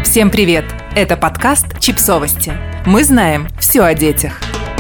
Всем привет! Это подкаст «Чипсовости». Мы знаем все о детях.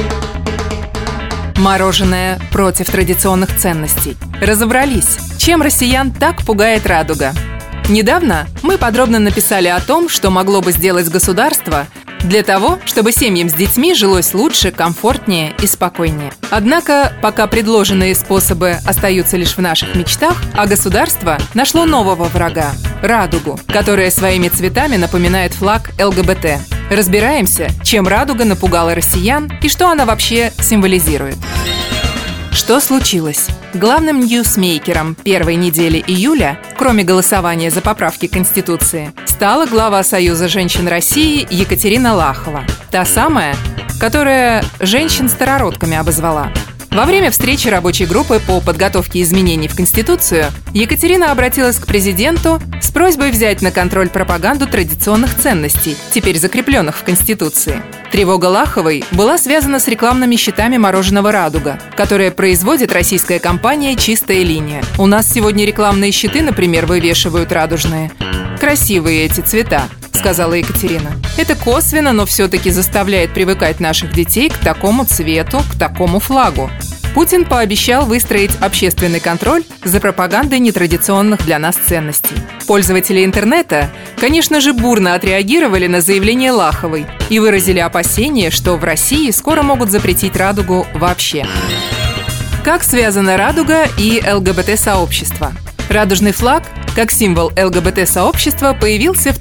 Мороженое против традиционных ценностей. Разобрались, чем россиян так пугает радуга. Недавно мы подробно написали о том, что могло бы сделать государство для того, чтобы семьям с детьми жилось лучше, комфортнее и спокойнее. Однако, пока предложенные способы остаются лишь в наших мечтах, а государство нашло нового врага – радугу, которая своими цветами напоминает флаг ЛГБТ. Разбираемся, чем радуга напугала россиян и что она вообще символизирует. Что случилось? Главным ньюсмейкером первой недели июля, кроме голосования за поправки к Конституции, стала глава Союза женщин России Екатерина Лахова. Та самая, которая женщин старородками обозвала. Во время встречи рабочей группы по подготовке изменений в Конституцию Екатерина обратилась к президенту с просьбой взять на контроль пропаганду традиционных ценностей, теперь закрепленных в Конституции. Тревога Лаховой была связана с рекламными щитами мороженого «Радуга», которое производит российская компания «Чистая линия». У нас сегодня рекламные щиты, например, вывешивают радужные. Красивые эти цвета, сказала Екатерина. Это косвенно, но все-таки заставляет привыкать наших детей к такому цвету, к такому флагу. Путин пообещал выстроить общественный контроль за пропагандой нетрадиционных для нас ценностей. Пользователи интернета, конечно же, бурно отреагировали на заявление Лаховой и выразили опасения, что в России скоро могут запретить радугу вообще. Как связана радуга и ЛГБТ-сообщество? Радужный флаг, как символ ЛГБТ-сообщества, появился в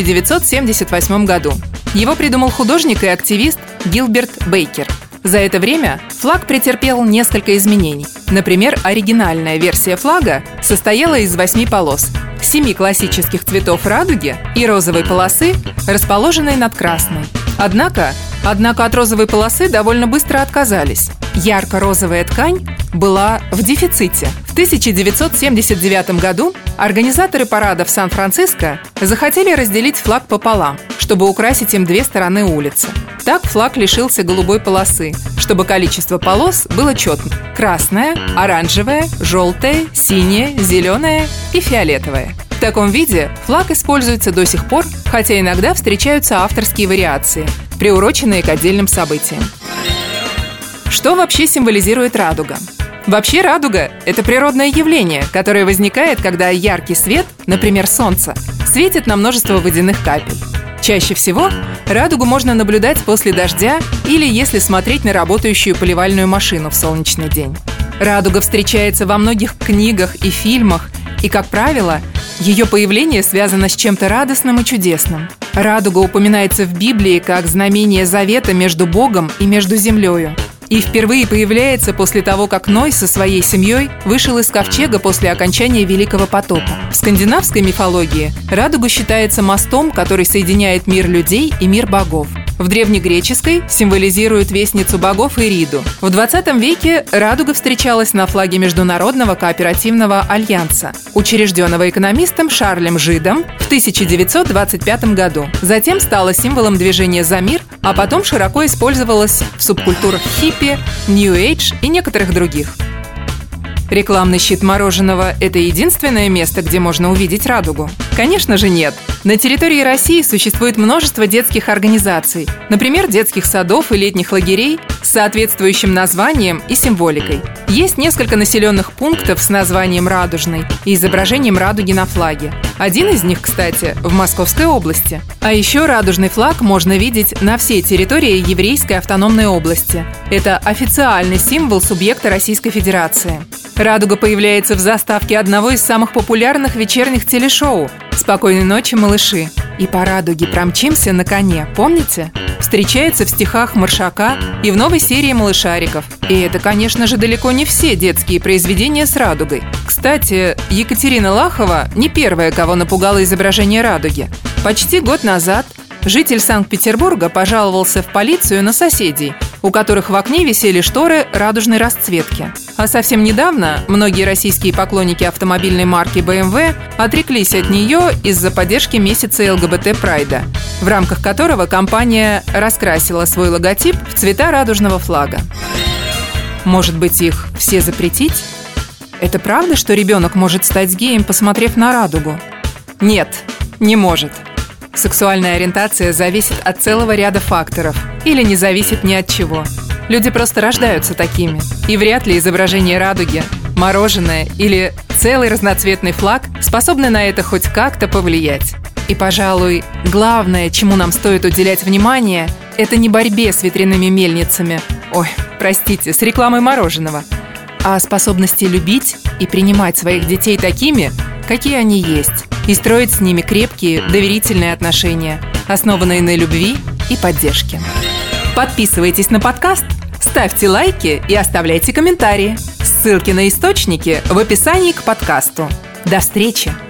1978 году. Его придумал художник и активист Гилберт Бейкер. За это время флаг претерпел несколько изменений. Например, оригинальная версия флага состояла из 8 полос, 7 классических цветов радуги и розовой полосы, расположенной над красной. Однако от розовой полосы довольно быстро отказались. Ярко-розовая ткань была в дефиците. В 1979 году организаторы парада в Сан-Франциско захотели разделить флаг пополам, чтобы украсить им две стороны улицы. Так флаг лишился голубой полосы, чтобы количество полос было четным: красная, оранжевая, желтая, синяя, зеленая и фиолетовая. В таком виде флаг используется до сих пор, хотя иногда встречаются авторские вариации, приуроченные к отдельным событиям. Что вообще символизирует радуга? Вообще радуга – это природное явление, которое возникает, когда яркий свет, например, солнце, светит на множество водяных капель. Чаще всего радугу можно наблюдать после дождя или если смотреть на работающую поливальную машину в солнечный день. Радуга встречается во многих книгах и фильмах, и, как правило, ее появление связано с чем-то радостным и чудесным. Радуга упоминается в Библии как знамение завета между Богом и между землею. И впервые появляется после того, как Ной со своей семьей вышел из ковчега после окончания Великого потопа. В скандинавской мифологии радуга считается мостом, который соединяет мир людей и мир богов. В древнегреческой символизирует вестницу богов Ириду. В 20 веке радуга встречалась на флаге Международного кооперативного альянса, учрежденного экономистом Шарлем Жидом в 1925 году. Затем стала символом движения за мир, а потом широко использовалась в субкультурах хиппи, нью-эйдж и некоторых других. Рекламный щит мороженого – это единственное место, где можно увидеть радугу? Конечно же нет. На территории России существует множество детских организаций, например, детских садов и летних лагерей с соответствующим названием и символикой. Есть несколько населенных пунктов с названием «Радужный» и изображением радуги на флаге. Один из них, кстати, в Московской области. А еще радужный флаг можно видеть на всей территории Еврейской автономной области. Это официальный символ субъекта Российской Федерации. Радуга появляется в заставке одного из самых популярных вечерних телешоу «Спокойной ночи, малыши». И по радуге промчимся на коне, помните? Встречается в стихах Маршака и в новой серии «Малышариков». И это, конечно же, далеко не все детские произведения с радугой. Кстати, Екатерина Лахова не первая, кого напугало изображение радуги. Почти год назад житель Санкт-Петербурга пожаловался в полицию на соседей, у которых в окне висели шторы радужной расцветки. А совсем недавно многие российские поклонники автомобильной марки BMW отреклись от нее из-за поддержки месяца ЛГБТ-прайда, в рамках которого компания раскрасила свой логотип в цвета радужного флага. Может быть, их все запретить? Это правда, что ребенок может стать геем, посмотрев на радугу? Нет, не может. Сексуальная ориентация зависит от целого ряда факторов или не зависит ни от чего. Люди просто рождаются такими, и вряд ли изображение радуги, мороженое или целый разноцветный флаг способны на это хоть как-то повлиять. И, пожалуй, главное, чему нам стоит уделять внимание, это не борьбе с ветряными мельницами, с рекламой мороженого, а способности любить и принимать своих детей такими, какие они есть, и строить с ними крепкие, доверительные отношения, основанные на любви и поддержке. Подписывайтесь на подкаст, ставьте лайки и оставляйте комментарии. Ссылки на источники в описании к подкасту. До встречи!